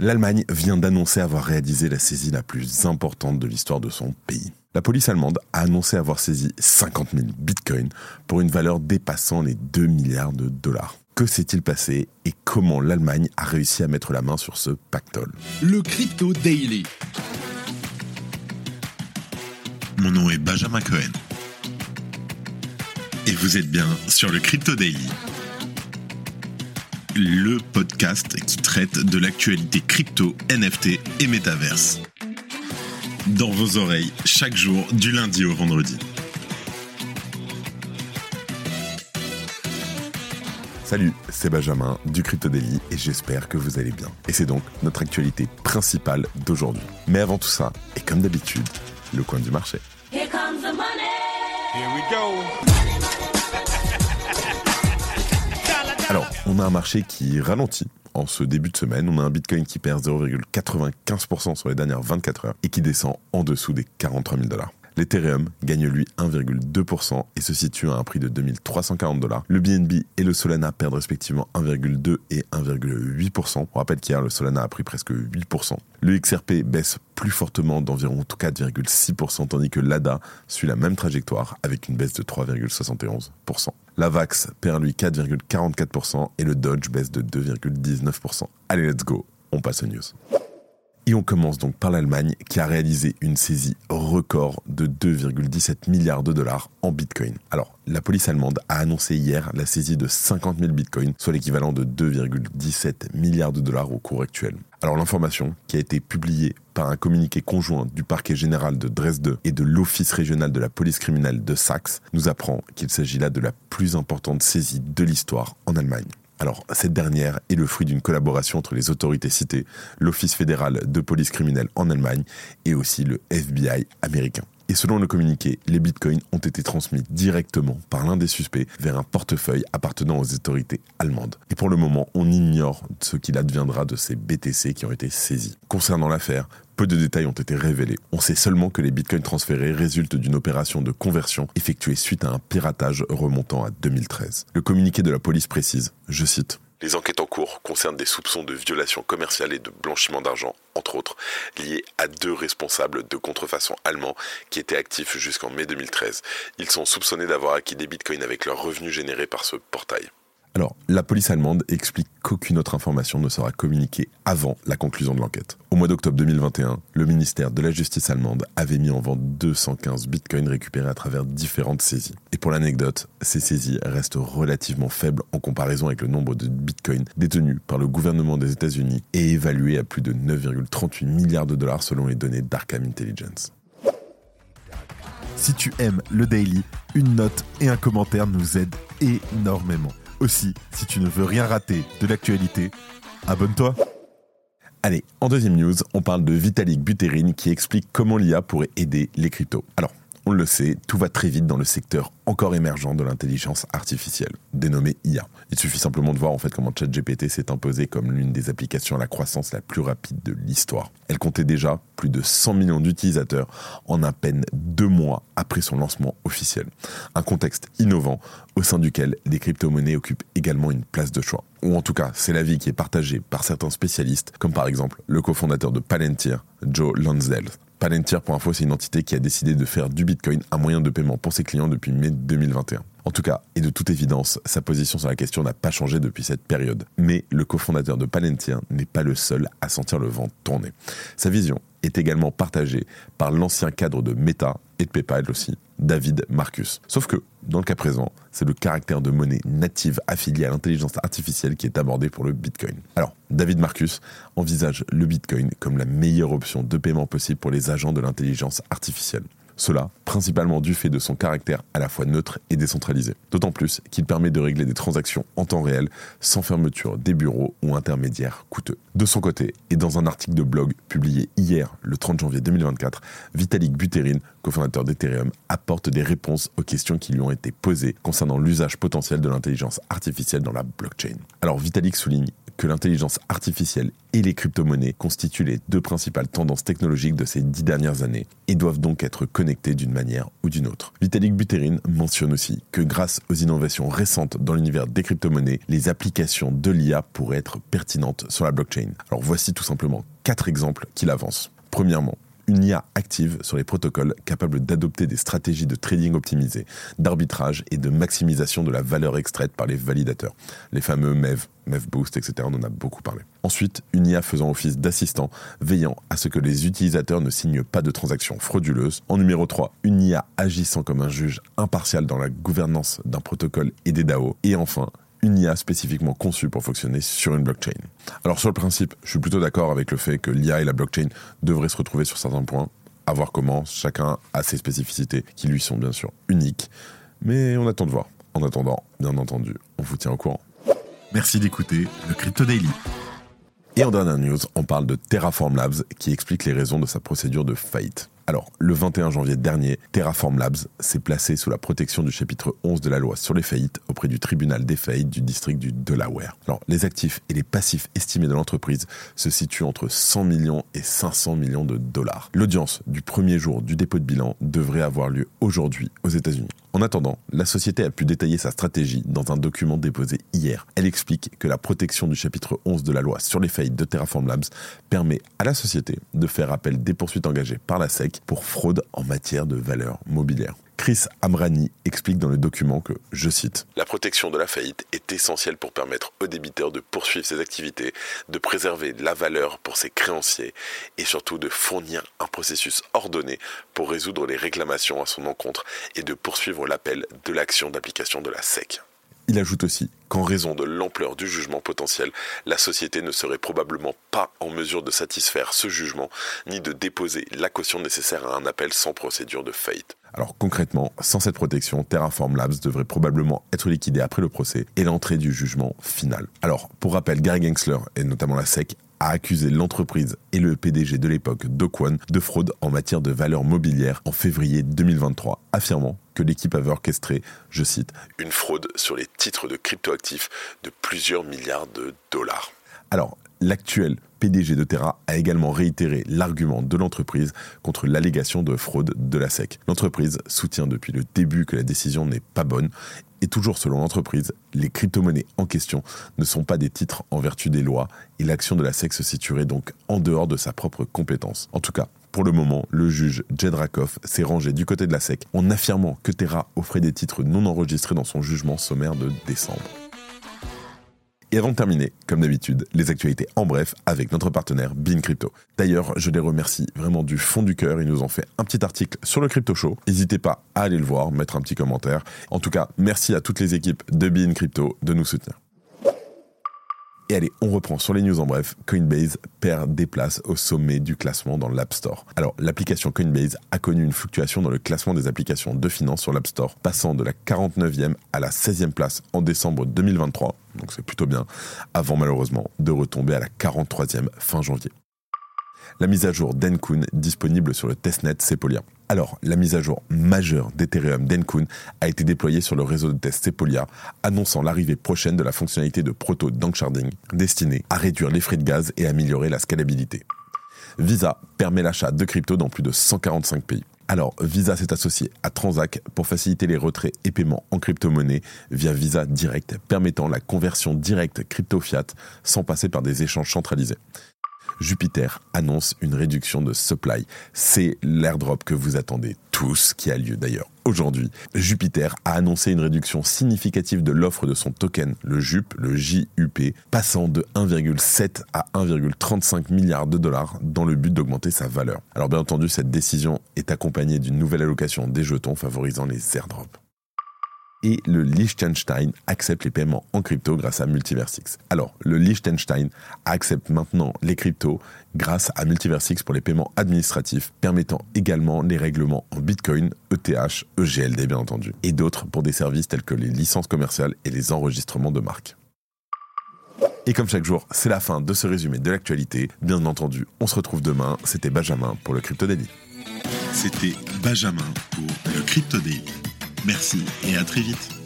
L'Allemagne vient d'annoncer avoir réalisé la saisie la plus importante de l'histoire de son pays. La police allemande a annoncé avoir saisi 50 000 bitcoins pour une valeur dépassant les 2 milliards de dollars. Que s'est-il passé et comment l'Allemagne a réussi à mettre la main sur ce pactole ? Le Crypto Daily. Mon nom est Benjamin Cohen. Et vous êtes bien sur le Crypto Daily. Le podcast qui traite de l'actualité crypto, NFT et métaverse. Dans vos oreilles, chaque jour, du lundi au vendredi. Salut, c'est Benjamin du Crypto Daily et j'espère que vous allez bien. Et c'est donc notre actualité principale d'aujourd'hui. Mais avant tout ça, et comme d'habitude, le coin du marché. Here comes the money. Here we go. Alors, on a un marché qui ralentit en ce début de semaine. On a un Bitcoin qui perd 0,95% sur les dernières 24 heures et qui descend en dessous des 43 000 $. L'Ethereum gagne lui 1,2% et se situe à un prix de 2340 $. Le BNB et le Solana perdent respectivement 1,2 et 1,8%. On rappelle qu'hier, le Solana a pris presque 8%. Le XRP baisse plus fortement d'environ 4,6%, tandis que l'ADA suit la même trajectoire avec une baisse de 3,71%. La VAX perd lui 4,44% et le Dodge baisse de 2,19%. Allez, let's go, on passe aux news. Et on commence donc par l'Allemagne qui a réalisé une saisie record de 2,17 milliards de dollars en Bitcoin. Alors, la police allemande a annoncé hier la saisie de 50 000 Bitcoins, soit l'équivalent de 2,17 milliards de dollars au cours actuel. Alors l'information, qui a été publiée par un communiqué conjoint du parquet général de Dresde et de l'office régional de la police criminelle de Saxe, nous apprend qu'il s'agit là de la plus importante saisie de l'histoire en Allemagne. Alors, cette dernière est le fruit d'une collaboration entre les autorités citées, l'Office fédéral de police criminelle en Allemagne et aussi le FBI américain. Et selon le communiqué, les bitcoins ont été transmis directement par l'un des suspects vers un portefeuille appartenant aux autorités allemandes. Et pour le moment, on ignore ce qu'il adviendra de ces BTC qui ont été saisis. Concernant l'affaire, peu de détails ont été révélés. On sait seulement que les bitcoins transférés résultent d'une opération de conversion effectuée suite à un piratage remontant à 2013. Le communiqué de la police précise, je cite, « Les enquêtes en cours concernent des soupçons de violation commerciale et de blanchiment d'argent, entre autres, liés à 2 responsables de contrefaçon allemands qui étaient actifs jusqu'en mai 2013. Ils sont soupçonnés d'avoir acquis des bitcoins avec leurs revenus générés par ce portail. » Alors, la police allemande explique qu'aucune autre information ne sera communiquée avant la conclusion de l'enquête. Au mois d'octobre 2021, le ministère de la Justice allemande avait mis en vente 215 bitcoins récupérés à travers différentes saisies. Et pour l'anecdote, ces saisies restent relativement faibles en comparaison avec le nombre de bitcoins détenus par le gouvernement des États-Unis et évalués à plus de 9,38 milliards de dollars selon les données d'Arkham Intelligence. Si tu aimes le Daily, une note et un commentaire nous aident énormément. Aussi, si tu ne veux rien rater de l'actualité, abonne-toi. Allez, en deuxième news, on parle de Vitalik Buterin qui explique comment l'IA pourrait aider les cryptos. Alors, on le sait, tout va très vite dans le secteur encore émergent de l'intelligence artificielle, dénommé IA. Il suffit simplement de voir en fait comment ChatGPT s'est imposé comme l'une des applications à la croissance la plus rapide de l'histoire. Elle comptait déjà plus de 100 millions d'utilisateurs en à peine 2 mois après son lancement officiel. Un contexte innovant au sein duquel les crypto-monnaies occupent également une place de choix. Ou en tout cas, c'est l'avis qui est partagé par certains spécialistes, comme par exemple le cofondateur de Palantir, Joe Lonsdale. Palantir, pour info, c'est une entité qui a décidé de faire du Bitcoin un moyen de paiement pour ses clients depuis mai 2021. En tout cas, et de toute évidence, sa position sur la question n'a pas changé depuis cette période. Mais le cofondateur de Palantir n'est pas le seul à sentir le vent tourner. Sa vision est également partagée par l'ancien cadre de Meta et de PayPal aussi, David Marcus. Sauf que, dans le cas présent, c'est le caractère de monnaie native affiliée à l'intelligence artificielle qui est abordé pour le Bitcoin. Alors, David Marcus envisage le Bitcoin comme la meilleure option de paiement possible pour les agents de l'intelligence artificielle. Cela, principalement du fait de son caractère à la fois neutre et décentralisé. D'autant plus qu'il permet de régler des transactions en temps réel sans fermeture des bureaux ou intermédiaires coûteux. De son côté, et dans un article de blog publié hier, le 30 janvier 2024, Vitalik Buterin, cofondateur d'Ethereum, apporte des réponses aux questions qui lui ont été posées concernant l'usage potentiel de l'intelligence artificielle dans la blockchain. Alors Vitalik souligne que l'intelligence artificielle et les crypto-monnaies constituent les deux principales tendances technologiques de ces 10 dernières années et doivent donc être connectées d'une manière ou d'une autre. Vitalik Buterin mentionne aussi que grâce aux innovations récentes dans l'univers des crypto-monnaies, les applications de l'IA pourraient être pertinentes sur la blockchain. Alors voici tout simplement 4 exemples qu'il avance. Premièrement, une IA active sur les protocoles capables d'adopter des stratégies de trading optimisées, d'arbitrage et de maximisation de la valeur extraite par les validateurs. Les fameux MEV Boost, etc. On en a beaucoup parlé. Ensuite, une IA faisant office d'assistant, veillant à ce que les utilisateurs ne signent pas de transactions frauduleuses. En numéro 3, une IA agissant comme un juge impartial dans la gouvernance d'un protocole et des DAO. Et enfin, une IA spécifiquement conçue pour fonctionner sur une blockchain. Alors sur le principe, je suis plutôt d'accord avec le fait que l'IA et la blockchain devraient se retrouver sur certains points, à voir comment, chacun a ses spécificités qui lui sont bien sûr uniques, mais on attend de voir. En attendant, bien entendu, on vous tient au courant. Merci d'écouter le Crypto Daily. Et en dernière news, on parle de Terraform Labs qui explique les raisons de sa procédure de faillite. Alors, le 21 janvier dernier, Terraform Labs s'est placé sous la protection du chapitre 11 de la loi sur les faillites auprès du tribunal des faillites du district du Delaware. Alors, les actifs et les passifs estimés de l'entreprise se situent entre 100 millions et 500 millions de dollars. L'audience du premier jour du dépôt de bilan devrait avoir lieu aujourd'hui aux États-Unis. En attendant, la société a pu détailler sa stratégie dans un document déposé hier. Elle explique que la protection du chapitre 11 de la loi sur les faillites de Terraform Labs permet à la société de faire appel des poursuites engagées par la SEC pour fraude en matière de valeurs mobilières. Chris Amrani explique dans le document que, je cite, « La protection de la faillite est essentielle pour permettre aux débiteurs de poursuivre ses activités, de préserver la valeur pour ses créanciers et surtout de fournir un processus ordonné pour résoudre les réclamations à son encontre et de poursuivre l'appel de l'action d'application de la SEC. » Il ajoute aussi qu'en raison de l'ampleur du jugement potentiel, la société ne serait probablement pas en mesure de satisfaire ce jugement, ni de déposer la caution nécessaire à un appel sans procédure de faillite. Alors concrètement, sans cette protection, Terraform Labs devrait probablement être liquidé après le procès et l'entrée du jugement final. Alors, pour rappel, Gary Gensler, et notamment la SEC, a accusé l'entreprise et le PDG de l'époque, Do Kwon, de fraude en matière de valeurs mobilières en février 2023, affirmant que l'équipe avait orchestré, je cite, « une fraude sur les titres de cryptoactifs de plusieurs milliards de dollars ». Alors, l'actuel PDG de Terra a également réitéré l'argument de l'entreprise contre l'allégation de fraude de la SEC. L'entreprise soutient depuis le début que la décision n'est pas bonne et toujours selon l'entreprise, les crypto-monnaies en question ne sont pas des titres en vertu des lois et l'action de la SEC se situerait donc en dehors de sa propre compétence. En tout cas, pour le moment, le juge Jed Rakoff s'est rangé du côté de la SEC en affirmant que Terra offrait des titres non enregistrés dans son jugement sommaire de décembre. Et avant de terminer, comme d'habitude, les actualités en bref avec notre partenaire Bean Crypto. D'ailleurs, je les remercie vraiment du fond du cœur. Ils nous ont fait un petit article sur le Crypto Show. N'hésitez pas à aller le voir, mettre un petit commentaire. En tout cas, merci à toutes les équipes de Bean Crypto de nous soutenir. Et allez, on reprend sur les news en bref. Coinbase perd des places au sommet du classement dans l'App Store. Alors, l'application Coinbase a connu une fluctuation dans le classement des applications de finance sur l'App Store, passant de la 49e à la 16e place en décembre 2023, donc c'est plutôt bien, avant malheureusement de retomber à la 43e fin janvier. La mise à jour d'Encun disponible sur le testnet Sepolia. Alors, la mise à jour majeure d'Ethereum d'Encun a été déployée sur le réseau de test Sepolia, annonçant l'arrivée prochaine de la fonctionnalité de proto-danksharding destinée à réduire les frais de gaz et améliorer la scalabilité. Visa permet l'achat de crypto dans plus de 145 pays. Alors, Visa s'est associé à Transac pour faciliter les retraits et paiements en crypto-monnaie via Visa Direct, permettant la conversion directe crypto-fiat sans passer par des échanges centralisés. Jupiter annonce une réduction de supply. C'est l'airdrop que vous attendez tous, qui a lieu d'ailleurs aujourd'hui. Jupiter a annoncé une réduction significative de l'offre de son token, le JUP, le JUP, passant de 1,7 à 1,35 milliards de dollars dans le but d'augmenter sa valeur. Alors bien entendu, cette décision est accompagnée d'une nouvelle allocation des jetons favorisant les airdrops. Et le Liechtenstein accepte les paiements en crypto grâce à Multiversix. Alors, le Liechtenstein accepte maintenant les cryptos grâce à Multiversix pour les paiements administratifs, permettant également les règlements en Bitcoin, ETH, EGLD bien entendu, et d'autres pour des services tels que les licences commerciales et les enregistrements de marques. Et comme chaque jour, c'est la fin de ce résumé de l'actualité. Bien entendu, on se retrouve demain. C'était Benjamin pour le Crypto Daily. C'était Benjamin pour le Crypto Daily. Merci et à très vite.